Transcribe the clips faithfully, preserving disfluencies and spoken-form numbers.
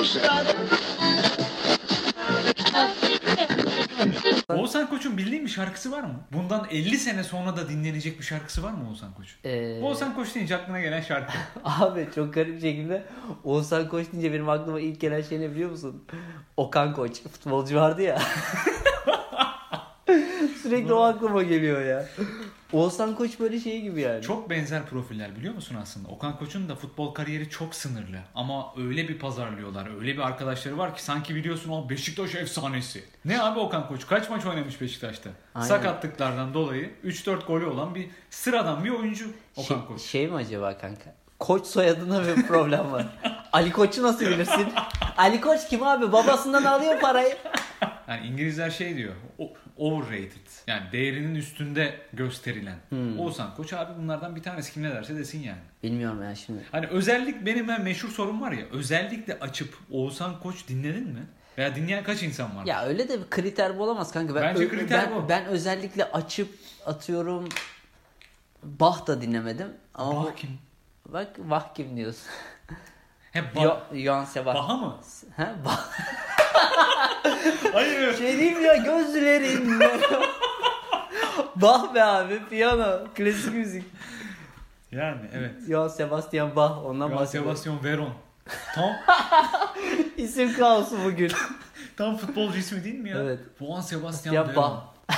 Oğuzhan Koç'un bildiğin bir şarkısı var mı? Bundan elli sene sonra da dinlenecek bir şarkısı var mı Oğuzhan Koç? Ee... Oğuzhan Koç deyince aklına gelen şarkı. Abi çok garip bir şekilde Oğuzhan Koç deyince benim aklıma ilk gelen şey ne biliyor musun? Okan Koç futbolcu vardı ya. Sürekli o aklıma geliyor ya. Oğuzhan Koç böyle şey gibi yani. Çok benzer profiller biliyor musun aslında? Okan Koç'un da futbol kariyeri çok sınırlı. Ama öyle bir pazarlıyorlar. Öyle bir arkadaşları var ki sanki biliyorsun o Beşiktaş efsanesi. Ne abi Okan Koç? Kaç maç oynamış Beşiktaş'ta? Aynen. Sakatlıklardan dolayı üç dört golü olan bir sıradan bir oyuncu Okan şey, Koç. Şey mi acaba kanka? Koç soyadına bir problem var. Ali Koç'u nasıl bilirsin? Ali Koç kim abi? Babasından alıyor parayı. Yani İngilizler şey diyor. Overrated. Yani değerinin üstünde gösterilen. Hmm. Oğuzhan Koç abi bunlardan bir tanesi, kim ne derse desin yani. Bilmiyorum ya şimdi. Hani özellik benim ben meşhur sorum var ya. Özellikle açıp Oğuzhan Koç dinledin mi? Veya dinleyen kaç insan var? Ya öyle de bir kriter bu olamaz kanka. Ben, Bence kriter ben, bu. Ben özellikle açıp atıyorum Bach da dinlemedim. Ama Bach kim? Bak Bach kim diyorsun? He Bach. Johann Sebastian. Bach'a mı? He Bach. Hayır. Şey diyeyim ya, gözlerin. Bach be abi, piyano, klasik müzik. Yani evet. Johann Sebastian Bach, ondan Johann bahsediyorum. Sebastian Veron. Tam İsim kaosu bugün. tam futbolcu ismi değil mi ya? Evet. Johann Sebastian Ya Veron. Bach.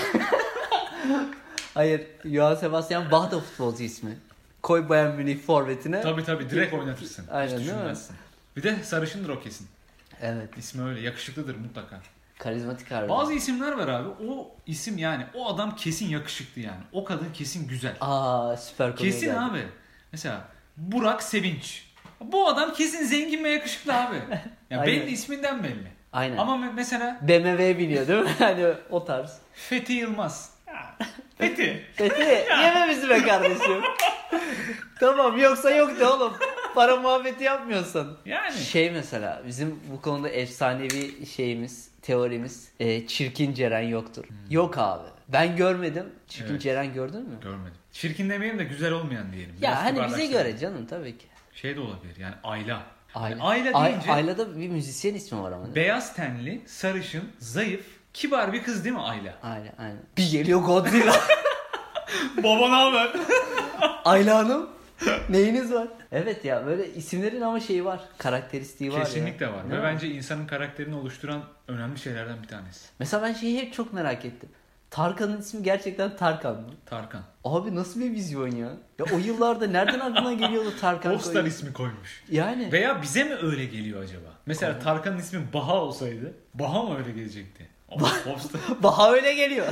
Hayır, Johann Sebastian Bach da futbolcu ismi. Koy Bayern Münih forvetine. Tabii tabii direkt oynatırsın. Aynen, hiç değil mi? Bir de sarışındır o kesin. Evet. İsmi öyle. Yakışıklıdır mutlaka. Karizmatik harbi. Bazı isimler var abi. O isim yani. O adam kesin yakışıklı yani. O kadın kesin güzel. Aa süper konuya Kesin geldi. abi. Mesela Burak Sevinç. Bu adam kesin zengin ve yakışıklı abi. Yani belli, isminden belli. Aynen. Ama mesela B M W biniyor değil mi? Hani o tarz. Fethi Yılmaz. Fethi. Fethi yeme bizi be kardeşim. Tamam, yoksa yok de oğlum. Para muhabbeti yapmıyorsan. Yani. Şey mesela bizim bu konuda efsanevi şeyimiz, teorimiz, e, çirkin Ceren yoktur. Hmm. Yok abi. Ben görmedim. Çirkin evet. Ceren gördün mü? Görmedim. Çirkin demeyelim de güzel olmayan diyelim. Ya biraz hani bize göre canım tabii ki. Şey de olabilir yani Ayla. Ayla, yani Ayla deyince. Ayla'da bir müzisyen ismi var ama. Beyaz tenli, sarışın, zayıf, kibar bir kız değil mi Ayla? Ayla, aynen. Bir geliyor Godzilla. Baba ne haber? Ayla Hanım. Neyiniz var? Evet ya, böyle isimlerin ama şeyi var. Karakteristiği var. Kesinlikle ya. var. Değil Ve mi? bence insanın karakterini oluşturan önemli şeylerden bir tanesi. Mesela ben şeyi hep çok merak ettim. Tarkan'ın ismi gerçekten Tarkan mı? Tarkan. Abi nasıl bir vizyon ya? Ya o yıllarda nereden aklına geliyordu Tarkan? Popstar ismi koymuş. Yani. Veya bize mi öyle geliyor acaba? Mesela Tarkan'ın ismi Baha olsaydı, Baha mı öyle gelecekti? Popstar. Baha öyle geliyor.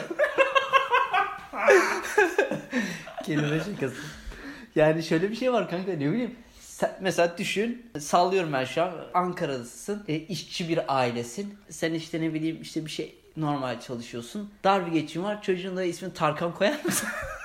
Kelime şakası. Yani şöyle bir şey var kanka, ne bileyim. Sen, mesela düşün, sallıyorum ben şu an, Ankara'dasın, e, işçi bir ailesin. Sen işte ne bileyim işte bir şey normal çalışıyorsun. Dar bir geçim var, çocuğun da ismini Tarkan koyar mısın?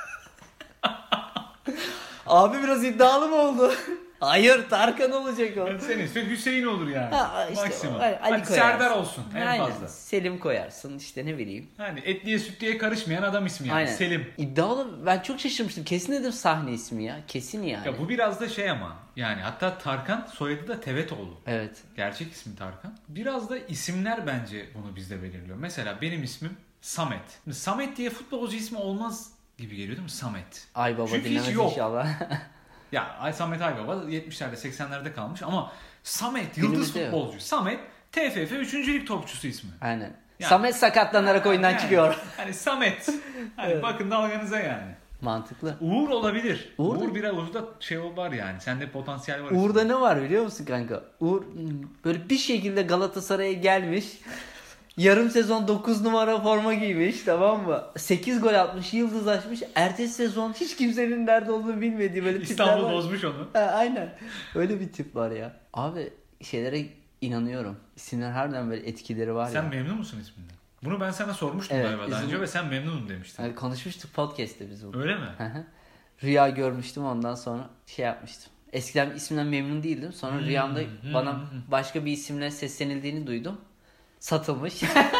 Abi biraz iddialı mı oldu? Hayır, Tarkan olacak o. Yani senin ismin Hüseyin olur yani. Ha, işte maksimum. o, Ali Hadi Serdar olsun en Aynen. fazla. Selim koyarsın işte, ne bileyim. Yani etliye sütlüye karışmayan adam ismi yani. Aynen. Selim. İddialı, ben çok şaşırmıştım. Kesin dedim sahne ismi ya. Kesin yani. Ya bu biraz da şey ama yani hatta Tarkan soyadı da Tevetoğlu. Evet. Gerçek ismi Tarkan. Biraz da isimler bence bunu bizde belirliyor. Mesela benim ismim Samet. Şimdi Samet diye futbolcu ismi olmaz gibi geliyor değil mi? Samet. Ay baba Çünkü dinlemez hiç yok. inşallah. Ya Ay Samet Aybaba yetmişlerde seksenlerde kalmış ama Samet yıldız Günümüzde futbolcu. yok. Samet T F F üçüncü lig topçusu ismi. Aynen. Yani, Samet sakatlanarak oyundan yani, çıkıyor. Hani Samet. Hani Evet. bakın dalganıza yani. Mantıklı. Uğur olabilir. Uğur, Uğur biraz Uğur'da şey var yani. Sende potansiyel var. Uğur'da işte. ne var biliyor musun kanka? Uğur böyle bir şekilde Galatasaray'a gelmiş. Yarım sezon dokuz numara forma giymiş, tamam mı? sekiz gol atmış, yıldız açmış. Ertesi sezon hiç kimsenin nerede olduğunu bilmediği böyle tipler var. İstanbul bozmuş onu. Ha, aynen. Öyle bir tip var ya. Abi şeylere inanıyorum. İsimler harbiden böyle etkileri var Sen ya. Sen memnun musun isminden? Bunu ben sana sormuştum Evet, galiba daha bizim... önce ve sen memnunum demiştin. Yani konuşmuştuk podcast'te biz bunu. Öyle mi? Rüya görmüştüm, ondan sonra şey yapmıştım. Eskiden isimden memnun değildim. Sonra hmm, rüyamda hmm, bana hmm. başka bir isimle seslenildiğini duydum. Satılmış.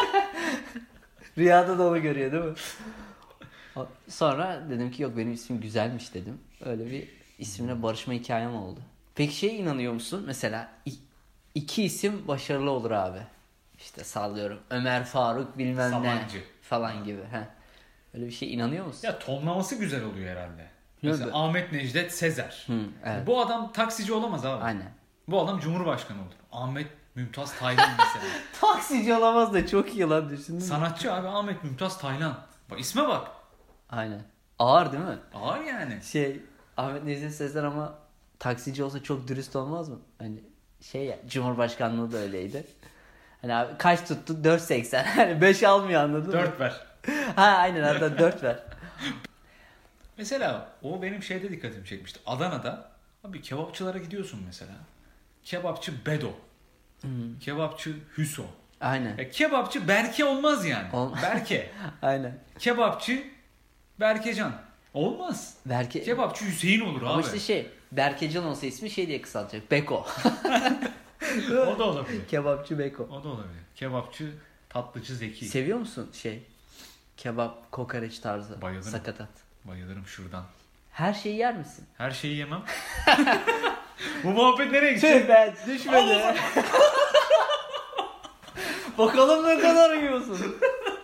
Rüyada da onu görüyor değil mi? Sonra dedim ki yok, benim ismim güzelmiş dedim. Öyle bir isimle barışma hikayem oldu. Peki şey inanıyor musun? Mesela iki isim başarılı olur abi. İşte sallıyorum. Ömer Faruk bilmem Sabancı. ne falan gibi. Heh. Öyle bir şey inanıyor musun? Ya tonlaması güzel oluyor herhalde. Yok Mesela be. Ahmet Necdet Sezer. Hı, evet. Bu adam taksici olamaz abi. Aynen. Bu adam cumhurbaşkanı olur. Ahmet Mümtaz Taylan mesela. Taksici olamaz da çok iyi lan düşündün mü? Sanatçı abi Ahmet Mümtaz Taylan. Bak isme bak. Aynen. Ağır değil mi? Ağır yani. Şey Ahmet Necdet Sezer ama taksici olsa çok dürüst olmaz mı? Hani şey ya Cumhurbaşkanlığı da öyleydi. Hani abi kaç tuttu? dört seksen. Hani beş almıyor anladın mı? Dört ver. Ha aynen hatta dört ver. Mesela o benim şeyde dikkatimi çekmişti. Adana'da abi kebapçılara gidiyorsun mesela. Kebapçı Bedo. Hmm. Kebapçı Hüso. Aynen. Ya kebapçı Berke olmaz yani. Ol- Berke. Aynen. Kebapçı Berkecan. Olmaz. Berke... Kebapçı Hüseyin olur Ama abi. işte şey Berkecan olsa ismi şey diye kısaltacak. Beko. O da olabilir. Kebapçı Beko. O da olabilir. Kebapçı Tatlıcı Zeki. Seviyor musun şey kebap kokoreç tarzı? Bayılırım. Sakatat. Bayılırım şuradan. Her şeyi yer misin? Her şeyi yemem. Bu muhabbet nereye gitti? Tüh be düşmedi. Bakalım ne kadar yiyorsun.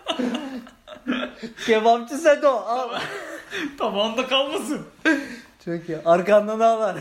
Kebapçı Sedo al. Tabağında kalmasın. Çok iyi. Arkandan ne var?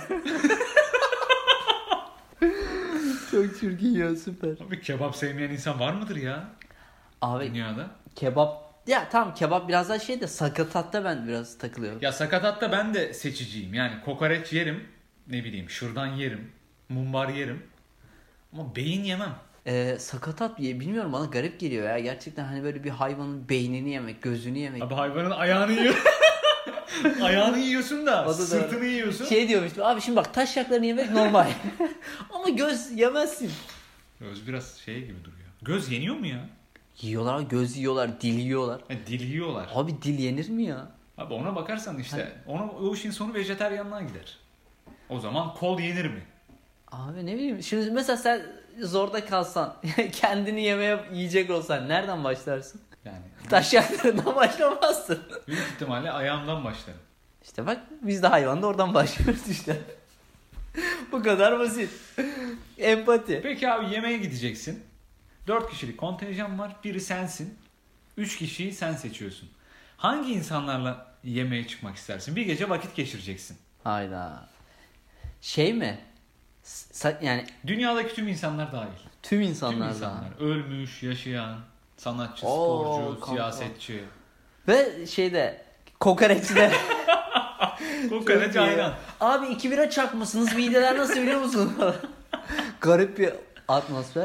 Çok çirkin ya süper. Abi kebap sevmeyen insan var mıdır ya Abi dünyada? kebap ya tamam kebap biraz daha şey de sakatatta ben biraz takılıyorum. Ya sakatatta ben de seçiciyim. Yani kokoreç yerim. Ne bileyim şırdan yerim. Mumbar yerim. Ama beyin yemem. Ee, sakatat ye- bilmiyorum bana garip geliyor ya. Gerçekten hani böyle bir hayvanın beynini yemek, gözünü yemek. Abi hayvanın ayağını yiyor. Ayağını yiyorsun da O da sırtını doğru. yiyorsun. Şey diyormuştum abi şimdi bak taş yaklarını yemek normal. Ama göz yemezsin. Göz biraz şey gibi duruyor. Göz yeniyor mu ya? Yiyorlar göz yiyorlar, dil yiyorlar. Ha, dil yiyorlar. Abi dil yenir mi ya? Abi ona bakarsan işte ona, o işin sonu vejeteryanlığa gider. O zaman kol yenir mi? Abi ne bileyim şimdi mesela sen zorda kalsan kendini yemeye yiyecek olsan nereden başlarsın? Yani Taş yaklarından başlamazsın. büyük ihtimalle ayağımdan başlarım. İşte bak biz de hayvanda oradan başlıyoruz işte. Bu kadar basit. Empati. Peki abi yemeğe gideceksin. Dört kişilik kontenjan var. Biri sensin. Üç kişiyi sen seçiyorsun. Hangi insanlarla yemeğe çıkmak istersin? Bir gece vakit geçireceksin. Hayda. Şey mi? Sa- yani Dünyadaki tüm insanlar dahil. tüm Tüm insanlar da. insanlar. Ölmüş, yaşayan, sanatçı, Oo, sporcu, kanka. siyasetçi. Ve şeyde kokoreçte. Kokoreç ayran. Abi iki bira çakmışsınız mideler nasıl biliyor musun? Garip bir atmosfer.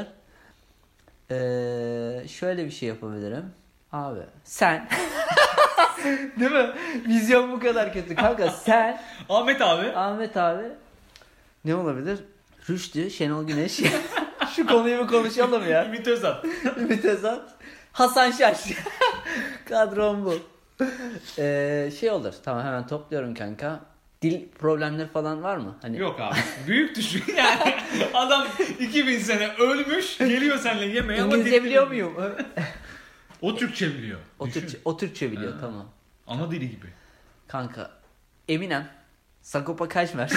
Ee, şöyle bir şey yapabilirim. Abi sen. Değil mi? Vizyon bu kadar kötü. Kanka sen. Ahmet abi. Ahmet abi. Ne olabilir? Rüştü, Şenol Güneş. Şu konuyu bir konuşalım ya. Ümit Özat. Ümit Özat. Hasan Şaş. Kadrom bu. Ee, şey olur. Tamam hemen topluyorum kanka. Dil problemleri falan var mı? Hani Yok abi. Büyük düşün yani. Adam iki bin sene ölmüş. Geliyor seninle yemeğe ama İngilizce dil biliyor bilmiyor. muyum? O Türkçe biliyor. o, Düşün. Türkçe, o Türkçe biliyor Ha. tamam. Ana dili gibi. Kanka Eminem Sagopa Kajmer.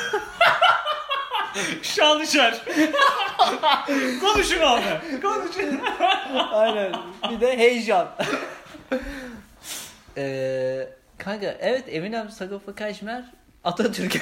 Şanlışer. Konuşun abi. Konuşun. Aynen. Bir de heyecan. ee, kanka evet Eminem Sagopa Kajmer Atatürk.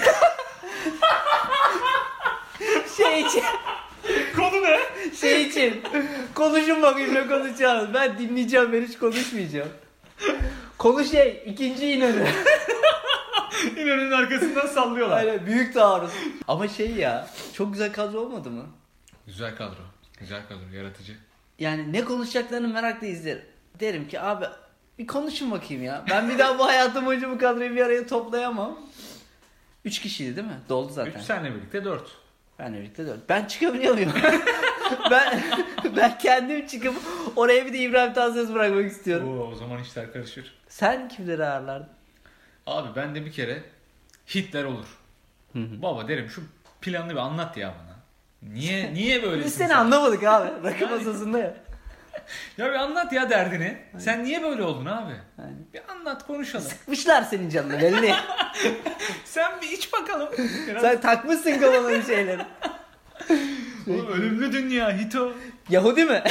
şey için Konu ne? şey için konuşun bakayım ne konuşacağınız. Ben dinleyeceğim ben hiç konuşmayacağım. Konu şey ikinci İnönü. İnönü'nün arkasından sallıyorlar. Aynen büyük taarruz. Ama şey ya çok güzel kadro olmadı mı? Güzel kadro. Güzel kadro. Yaratıcı. Yani ne konuşacaklarını merakla izlerim. Derim ki abi bir konuşun bakayım ya. Ben bir daha bu hayatım boyunca bu kadroyu bir araya toplayamam. Üç kişiydi değil mi? Doldu zaten. Üç senle birlikte dört. Benle birlikte dört. Ben çıkabiliyor muyum? ben ben kendim çıkıp oraya bir de İbrahim Tatlıses bırakmak istiyorum. Oo, o zaman işler karışır. Sen kimleri ağırlardın? Abi ben de bir kere Hitler olur. Hı hı. Baba derim şu planını bir anlat ya bana. Niye niye böylesin Biz seni sen? anlamadık abi. Rakı Yani- masasında ya. Ya bir anlat ya derdini. Sen niye böyle oldun abi? Aynen. Bir anlat konuşalım. Sıkmışlar senin canını belli. Sen bir iç bakalım. Biraz- Sen takmışsın kafana bir şeyleri. O ölümlü dünya Hito. Yahudi mi?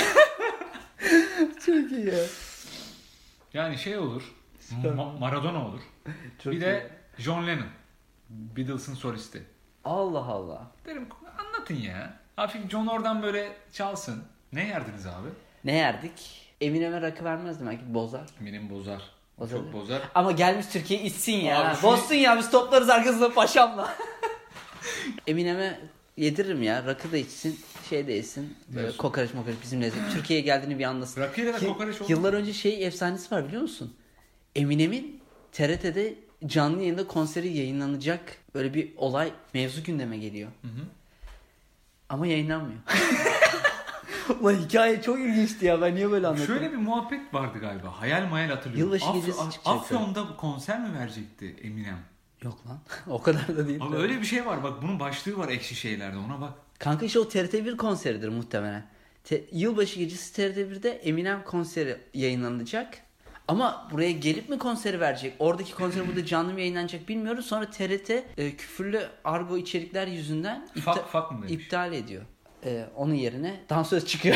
Çok iyi ya. Yani şey olur. Ma- Maradona olur. Çok bir iyi. de John Lennon. Beatles'ın solisti. Allah Allah. Derim anlatın ya. Hafif John oradan böyle çalsın. Ne yerdiniz abi? Ne yerdik? Eminem'e rakı vermezdim belki, bozar. Eminim bozar. Bozar. Çok bozar. Ama gelmiş Türkiye içsin ya. Abi şu- Bozsun ya, biz toplarız arkasında paşamla. Eminem'e yediririm ya. Rakı da içsin, şey de içsin. Böyle Diyorsun. kokoreç mokoreç bizim lezzet. Türkiye'ye geldiğini bir anlasın. Rakıyla da Ki- kokoreç olur. Yıllar önce şey efsanesi var biliyor musun? Eminem'in T R T'de canlı yayında konseri yayınlanacak böyle bir olay, mevzu gündeme geliyor. Hı hı. Ama yayınlanmıyor. Ulan hikaye çok ilginçti ya, ben niye böyle anlatıyorum? Şöyle bir muhabbet vardı galiba. Hayal mayal hatırlıyorum. Yılbaşı Af- gecesi Af- çıkacak. Afyon'da konser mi verecekti Eminem? Yok lan. O kadar da değil. Abi öyle bir şey var bak, bunun başlığı var ekşi şeylerde, ona bak. Kanka işte o T R T bir konseridir muhtemelen. Te- Yılbaşı gecesi T R T birde Eminem konseri yayınlanacak. Ama buraya gelip mi konseri verecek? Oradaki konser burada canlı mı yayınlanacak bilmiyoruz. Sonra T R T e, küfürlü argo içerikler yüzünden ipta- Fuck fuck mı demiş? iptal ediyor. E, onun yerine dansöz çıkıyor.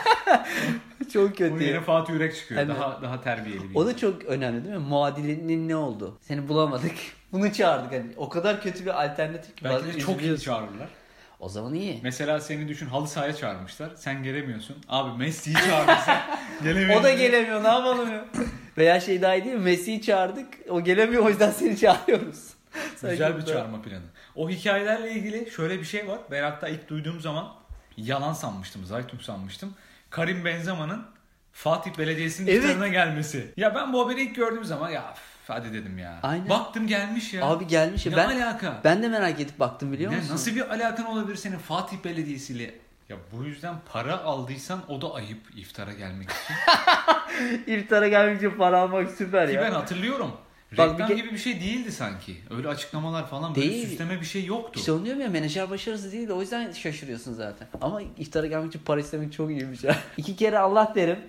Çok kötü. Onun yerine Fatih Yürek çıkıyor. Aynen. Daha daha terbiyeli bir O da insan. çok önemli değil mi? Muadilinin ne oldu? Seni bulamadık. Bunu çağırdık hani. O kadar kötü bir alternatif ki. Belki bazen de çok iyi üzülüyorsun. çağırırlar. O zaman iyi. Mesela seni düşün, halı sahaya çağırmışlar. Sen gelemiyorsun. Abi Messi'yi çağırdın sen. Gelemiyorsun. O da gelemiyor, ne yapalım ya? Veya şey daha iyi değil mi? Messi'yi çağırdık. O gelemiyor, o yüzden seni çağırıyoruz. Güzel Sanki bir bu da- çağırma planı. O hikayelerle ilgili şöyle bir şey var. Ben hatta ilk duyduğum zaman yalan sanmıştım. Zaytun sanmıştım. Karim Benzema'nın Fatih Belediyesi'nin Evet. iftarına gelmesi. Ya ben bu haberi ilk gördüğüm zaman ya üf, hadi dedim ya. Aynen. Baktım gelmiş ya. Abi gelmiş ya. Ne Ben, alaka? ben de merak edip baktım biliyor Ne, musun? nasıl bir alakan olabilir senin Fatih Belediyesi'yle? Ya bu yüzden para aldıysan o da ayıp iftara gelmek için. İftara gelmek için para almak süper Ki ya. ben hatırlıyorum. Bak Reklam bir ke- gibi bir şey değildi sanki. Öyle açıklamalar falan böyle Değil. süsleme bir şey yoktu. İşte onu diyorum ya, menajer başarısı değil de o yüzden şaşırıyorsun zaten. Ama iftara gelmek için para istemek çok iyiymiş ya. İki kere Allah derim.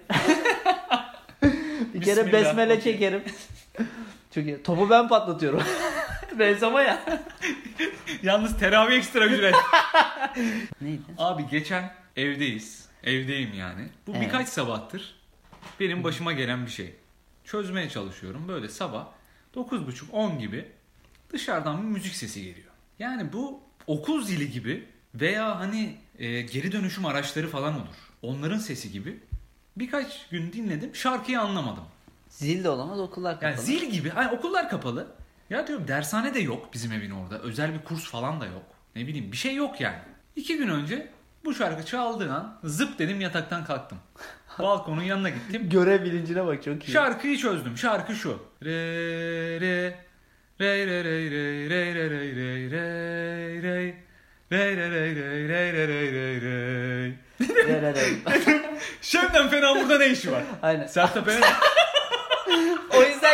Bir kere Bismillah. besmele çekerim. Çok iyi. Topu ben patlatıyorum. Benzema ya. Yalnız teravih ekstra ücret. Neydi? Abi geçen evdeyiz. Evdeyim yani. Bu Evet. birkaç sabahtır benim başıma gelen bir şey. Çözmeye çalışıyorum. Böyle sabah dokuz buçuk on gibi dışarıdan bir müzik sesi geliyor. Yani bu okul zili gibi veya hani e, geri dönüşüm araçları falan olur. Onların sesi gibi. Birkaç gün dinledim. Şarkıyı anlamadım. Zil de olamaz, okullar kapalı. Yani zil gibi. Hani okullar kapalı. Ya diyorum dershane de yok bizim evin orada. Özel bir kurs falan da yok. Ne bileyim bir şey yok yani. İki gün önce bu şarkı çaldığı an zıp dedim, yataktan kalktım. Balkonun yanına gittim. Görev bilincine bak, çok iyi. Şarkıyı çözdüm. Şarkı şu. Re re re re re re re re re re re re. Re re re re re re re re re. Re, re, re. Şebnem Fena burada ne işi var? Aynen. Sertab Erener. O yüzden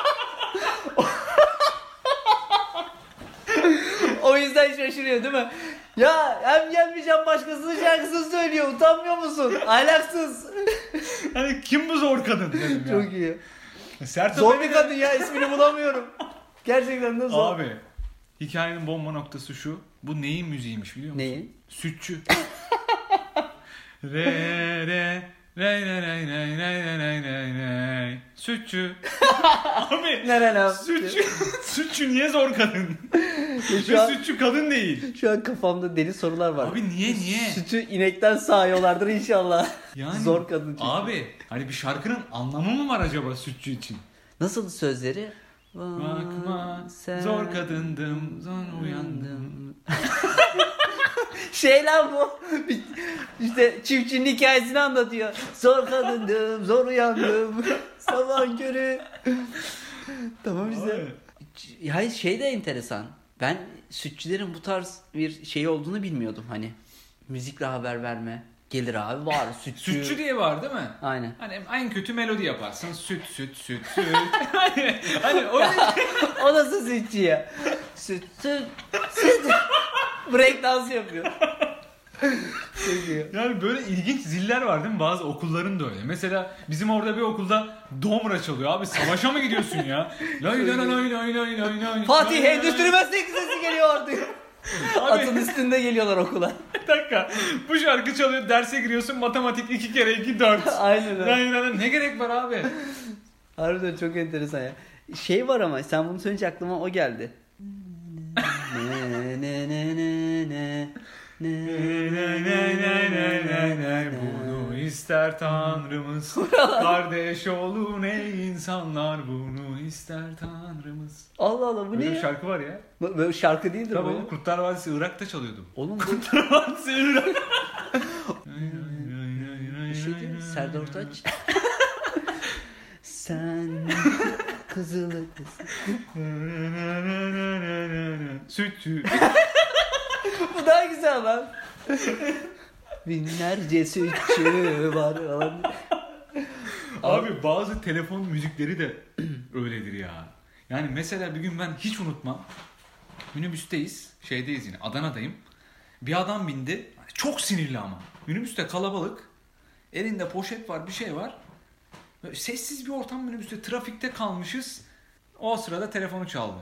O yüzden şaşırıyor değil mi? Ya hem gelmiş hem başkasının şarkısını söylüyor. Utanmıyor musun? Ahlaksız. Hani kim bu zor kadın dedim ya. Çok iyi. Sertab Zor bir Erener- kadın ya, ismini bulamıyorum. Gerçekten de zor. Abi hikayenin bomba noktası şu. Bu neyin müziğiymiş biliyor musun? Neyi? Sütçü. Re re re re re re re re re re. Sütçü. Abi Nereden? sütçü. Sütçü niye zor kadın? Şu Ve an, sütçü kadın değil. şu an kafamda deli sorular var. Abi niye niye? Sütü inekten sağıyorlardır inşallah. Yani, Zor kadın çünkü. Abi hani bir şarkının anlamı mı var acaba sütçü için? Nasıl sözleri? Bakma Sen- zor kadındım zor uyandım. Şey lan bu. İşte çiftçinin hikayesini anlatıyor. Zor kadındım, zor uyandım. Sabah körü. Tamam işte. Abi. Hayır, şey de enteresan. Ben sütçülerin bu tarz bir şey olduğunu bilmiyordum hani. Müzikle haber verme. Gelir abi var sütçü. Sütçü diye var değil mi? Aynen. Hani en kötü melodi yaparsın. Süt süt süt süt. hani, hani öyle O nasıl sütçü ya? Sütü, süt. Break dans yapıyor. Çok iyi. yani böyle ilginç ziller var değil mi? Bazı okulların da öyle. Mesela bizim orada bir okulda domra çalıyor. Abi savaşa mı gidiyorsun ya? Lay lay lay lay lay lay lay. Fatih lay lay Endüstri lay. Meslek Lisesi geliyor artık. Atın üstünde geliyorlar okula. Bir dakika. Bu şarkı çalıyor, derse giriyorsun, matematik iki kere iki dört. Aynen öyle. Aynen öyle. Ne gerek var abi? Harbiden çok enteresan ya. Şey var ama sen bunu söyleyince aklıma o geldi. ne ne ne ne ne Bunu ister Tanrımız. Kardeş olun ey insanlar, bunu ister Tanrımız. Allah Allah bu Böyle ne bir ya? şarkı var ya. Bu- Böyle şarkı değildir Tabii bu. oğlum, Kurtlar Vadisi Irak'ta çalıyordum. Oğlum bu Kurtlar Vadisi Irak. bir şey değil mi? Serdar Ortaç. Sen kızılı kız. Sütçü. Bu daha güzel lan. Binlerce sütçü var. Abi bazı telefon müzikleri de öyledir ya. Yani mesela bir gün ben hiç unutmam. Minibüsteyiz. Şeydeyiz yine. Adana'dayım. Bir adam bindi. Çok sinirli ama. Minibüste kalabalık. Elinde poşet var, bir şey var. Böyle sessiz bir ortam minibüste. Trafikte kalmışız. O sırada telefonu çaldı.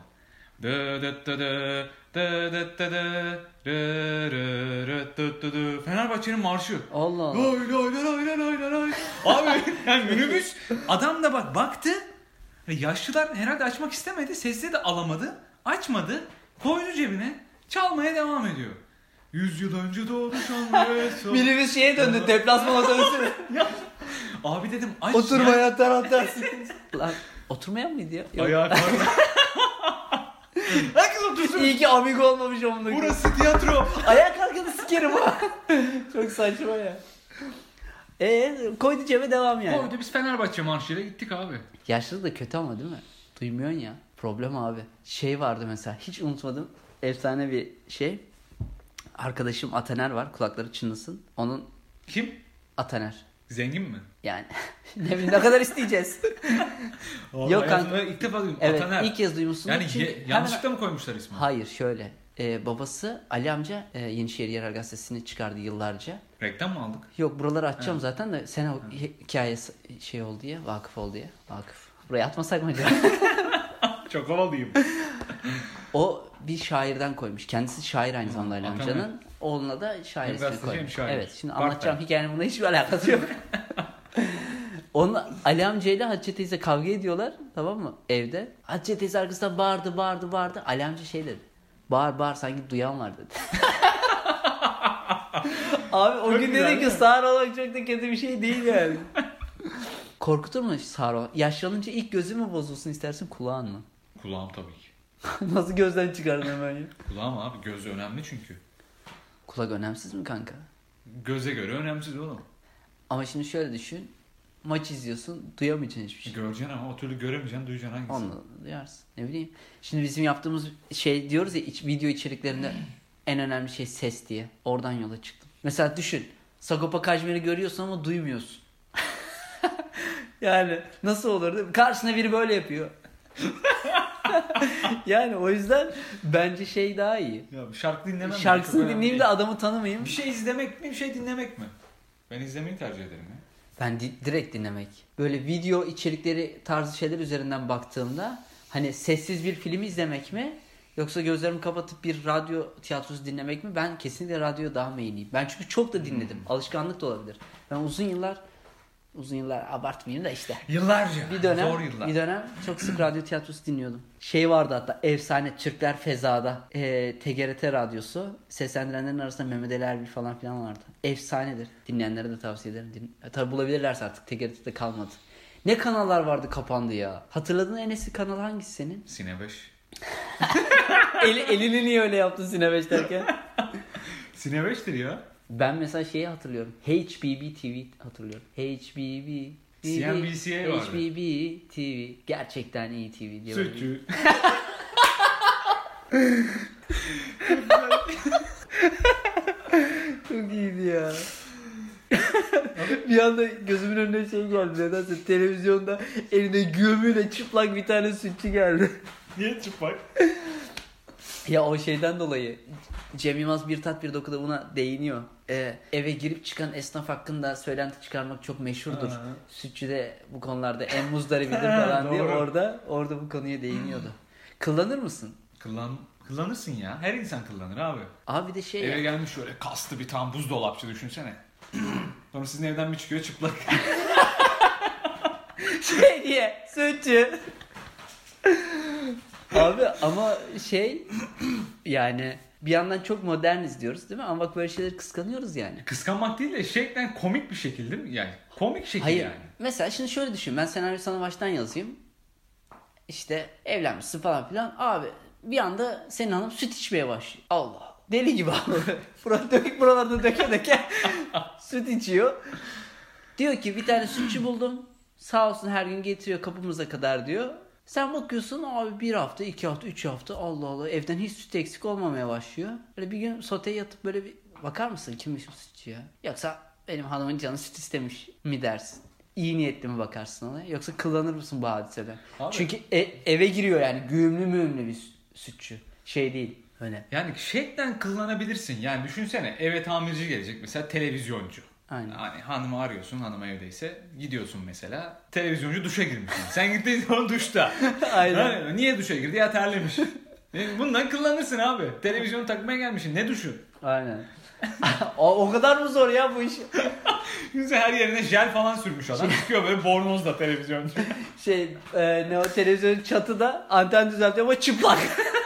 Fenerbahçe'nin marşı. Allah Allah. Lay lay lay lay lay lay lay. Abi yani minibüs, adam da bak baktı. Yaşlılar herhalde açmak istemedi. Sesle de alamadı. Açmadı. Koydu cebine. Çalmaya devam ediyor. Yüz yıl önce doğdu şanlı. Minibüs şeye döndü. Deplasman otobüsü. Abi dedim aç. Oturmaya taraftarsın. Lan oturmaya mıydı ya? Yok. Ayağa kalk. Herkes otursun. İyi ki amigo olmamış onunla. Burası tiyatro. Ayağa kalkanı sikerim ha. Çok saçma ya. Eee koydu cebe devam yani. Koydu, biz Fenerbahçe marşıyla gittik abi. Yaşlı da kötü ama değil mi? Duymuyorsun ya. Problem abi. Şey vardı mesela hiç unutmadım. Efsane bir şey. Arkadaşım Ataner var. Kulakları çınlasın. Onun Kim? Ataner. Zengin mi? Yani ne bileyim ne kadar isteyeceğiz. Yok kanka. İlk defa duydum. Evet Ataner. ilk kez duymuşsun. Yani Çünkü ye- hemen- yanlışlıkla mı koymuşlar ismini? Hayır şöyle. Ee, babası Ali amca e, Yenişehir Yerel Gazetesi'ni çıkardı yıllarca. Reklam mı aldık? Yok buraları açacağım Evet. zaten de sen o hikayesi şey oldu diye vakıf oldu diye. Vakıf. Buraya atmasak mı acaba? Çok havalıyım. O bir şairden koymuş. Kendisi şair aynı zamanda Ali Ataner. amcanın. Oğluna da şair Hem ismini gazeteci hem koymuş. şair. Evet şimdi Part anlatacağım time. hikayenin bununla hiçbir alakası yok. Onun Ali amcayla Hatice teyze kavga ediyorlar tamam mı evde. Hatice teyze arkasından bağırdı bağırdı bağırdı. Ali amca şey dedi. Bağır bağır sanki duyan var dedi. Abi o Çok gün güzel, dedi ki değil mi? sağır olmak çok da kötü bir şey değil yani. Korkutur mu sağır olmak? Yaşlanınca ilk gözü mü bozulsun istersin kulağın mı? Kulağım tabii ki. Nasıl gözden çıkardın hemen ya? Kulağım abi, göz önemli çünkü. Kulak önemsiz mi kanka? Göze göre önemsiz oğlum. Ama şimdi şöyle düşün. Maç izliyorsun duyamayacaksın hiçbir şey. Göreceksin ama o türlü göremeyeceksin, duyacaksın hangisi? Onu duyarsın. Ne bileyim. Şimdi bizim yaptığımız şey diyoruz ya iç, video içeriklerinde en önemli şey ses diye. Oradan yola çıktım. Mesela düşün. Sagopa Kajmer'i görüyorsun ama duymuyorsun. Yani nasıl olur değil mi? Karşına biri böyle yapıyor. Yani o yüzden bence şey daha iyi. Ya şarkı dinlemem. mi? Şarkısını Çok önemli dinleyeyim de değil. adamı tanımayayım. Bir şey izlemek mi, bir şey dinlemek mi? Ben izlemeyi tercih ederim ya. Ben di- direkt dinlemek. Böyle video içerikleri tarzı şeyler üzerinden baktığımda hani sessiz bir filmi izlemek mi yoksa gözlerimi kapatıp bir radyo tiyatrosu dinlemek mi? Ben kesinlikle radyo daha meyilliyim. Ben çünkü çok da dinledim. Alışkanlık da olabilir. Ben uzun yıllar uzun yıllar abartmayayım da işte. Yıllarca. Bir dönem Zor yıllar. bir dönem çok sık radyo tiyatrosu dinliyordum. Şey vardı hatta efsane Türkler Feza'da e, T G R T radyosu seslendirenlerin arasında Mehmet Ali Erbil falan filan vardı. Efsanedir. Dinleyenlere de tavsiye ederim. Din... Tabi bulabilirlerse artık T G R T'de kalmadı. Ne kanallar vardı kapandı ya. Hatırladığın en eski kanal hangisi senin? Sine beş. Eli, elini niye öyle yaptın Sine beş derken? Sine beştir ya. Ben mesela şeyi hatırlıyorum. H B B T V hatırlıyorum. H B B C N B C vardı. H B B T V. Gerçekten iyi T V diyor. Sütçü. Çok iyiydi ya. Bir anda gözümün önüne şey geldi. Nedense televizyonda elinde gömüyle çıplak bir tane sütçü geldi. Niye çıplak? Ya o şeyden dolayı Cem Yılmaz bir tat bir dokuda buna değiniyor. Ee, eve girip çıkan esnaf hakkında söylenti çıkarmak çok meşhurdur. Aha. Sütçü de bu konularda en muzdaribidir falan diye Doğru. orada orada bu konuya değiniyordu. Kullanır mısın? Kıllan, Kıllanırsın ya. Her insan kıllanır abi. Abi bir de şey Eve ya. gelmiş şöyle kaslı bir tane buzdolapçı düşünsene. Sonra sizin evden bir çıkıyor çıplak. Şey diye sütçü. Abi ama şey yani bir yandan çok moderniz diyoruz değil mi? Ama bak böyle şeyleri kıskanıyoruz yani. Kıskanmak değil de şeklen komik bir şekil değil mi? Yani komik şekil Hayır. yani. Mesela şimdi şöyle düşün. Ben senaryo sana baştan yazayım. İşte evlenmişsin falan filan. Abi bir anda senin hanım süt içmeye başlıyor. Allah. Deli gibi abi. Burada dök, buralarda döke döke süt içiyor. Diyor ki bir tane sütçü buldum. Sağ olsun her gün getiriyor kapımıza kadar diyor. Sen bakıyorsun abi bir hafta, iki hafta, üç hafta Allah Allah evden hiç süt eksik olmamaya başlıyor. Böyle bir gün soteye yatıp böyle bir bakar mısın kimmiş bu sütçü ya? Yoksa benim hanımın canı süt istemiş mi dersin? İyi niyetli mi bakarsın ona? Yoksa kullanır mısın bu hadiseden? Abi. Çünkü e- eve giriyor yani güğümlü müğümlü bir sütçü. Şey değil öyle. Yani şeklen kullanabilirsin. Yani düşünsene eve tamirci gelecek mesela televizyoncu. Aynen. Hani hanımı arıyorsun hanım evdeyse gidiyorsun mesela televizyoncu duşa girmiş. Sen gittiğin zaman duşta. Aynen. Yani niye duşa girdi ya terlemiş. Yani bundan kullanırsın abi. Televizyonu takmaya gelmişsin ne duşu? Aynen. o, o kadar mı zor ya bu iş? Yüzü her yerine jel falan sürmüş adam. Çıkıyor böyle bornozla televizyoncu. Şey e, ne o televizyonun çatıda anten düzeltiyor ama çıplak.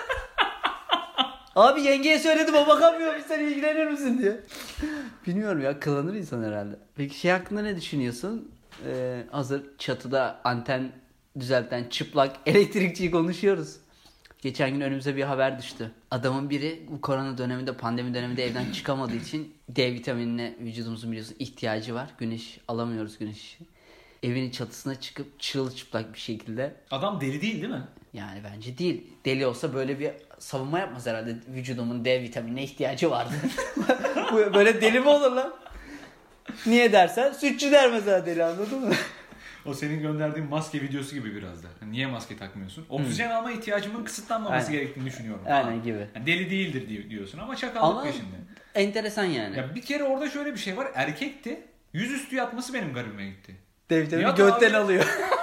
Abi yengeye söyledim o bakamıyor sen ilgilenir misin diye. Bilmiyorum ya kıllanır insan herhalde. Peki şey hakkında ne düşünüyorsun? Ee, hazır çatıda anten düzelten çıplak elektrikçiyi konuşuyoruz. Geçen gün önümüze bir haber düştü. Adamın biri bu korona döneminde pandemi döneminde evden çıkamadığı için D vitaminine vücudumuzun biliyorsun ihtiyacı var. Güneş alamıyoruz güneş. Evinin çatısına çıkıp çırılçıplak bir şekilde. Adam deli değil değil mi? Yani bence değil. Deli olsa böyle bir savunma yapmaz herhalde. Vücudumun D vitaminine ihtiyacı vardı. Bu böyle deli mi olur lan? Niye dersen sütçü der mesela deli anladın mı? O senin gönderdiğin maske videosu gibi biraz da. Yani niye maske takmıyorsun? Oksijen alma ihtiyacımın kısıtlanmaması Aynen. gerektiğini düşünüyorum. Aynen gibi. Yani deli değildir diye- diyorsun ama çakallık Ama peşinde. enteresan yani. Ya bir kere orada şöyle bir şey var. Erkekti. Yüzüstü yatması benim garibime gitti. D vitamini Yat götten abi. alıyor.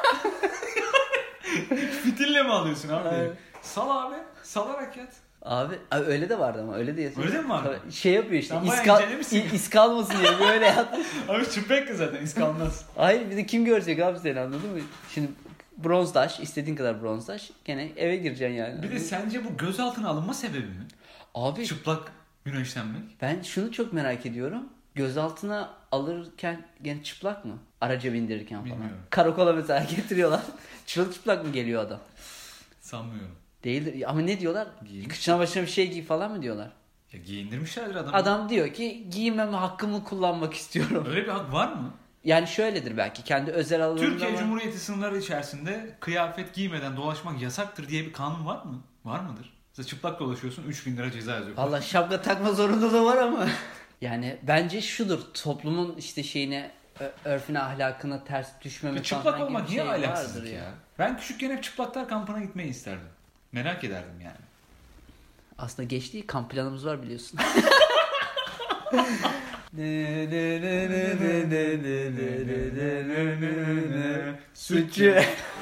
Fitille mi alıyorsun abi? Aynen. Sal abi. Salarak yat. Abi öyle de vardı ama öyle de yatıyor. Öyle de mi vardı? Şey yapıyor işte. Sen bayağı İskal, incelemişsin. is kalmasın diye böyle yat. Abi çıplak kız zaten iz kalmaz. Hayır bir de kim görecek abi seni anladın mı? Şimdi bronzdaş istediğin kadar bronzdaş gene eve gireceksin yani. Bir de sence bu gözaltına alınma sebebi mi? Abi Çıplak güneşlenmek. ben şunu çok merak ediyorum. Gözaltına alırken gene çıplak mı? Araca bindirirken falan. Bilmiyorum. Karakola mesela getiriyorlar. Çırılçıplak mı geliyor adam? Sanmıyorum. Değildir. Ama ne diyorlar? Giyinmiş. Kıçına başına bir şey giy falan mı diyorlar? Ya giyindirmişlerdir adamı. Adam diyor ki giyinmeme hakkımı kullanmak istiyorum. Öyle bir hak var mı? Yani şöyledir belki kendi özel alanında Türkiye var. Cumhuriyeti sınırları içerisinde kıyafet giymeden dolaşmak yasaktır diye bir kanun var mı? Var mıdır? Mesela çıplak dolaşıyorsun üç bin lira ceza yazıyor. Valla şapka takma zorunluluğu var ama. Yani bence şudur toplumun işte şeyine ö- örfüne ahlakına ters düşmeme Ya falan çıplak gibi olmak bir niye şey ahlaksızlık vardır ya? Ben küçükken hep çıplaklar kampına gitmeyi isterdim. Merak ederdim yani. Aslında geç değil kamp planımız var biliyorsun. Sütçü.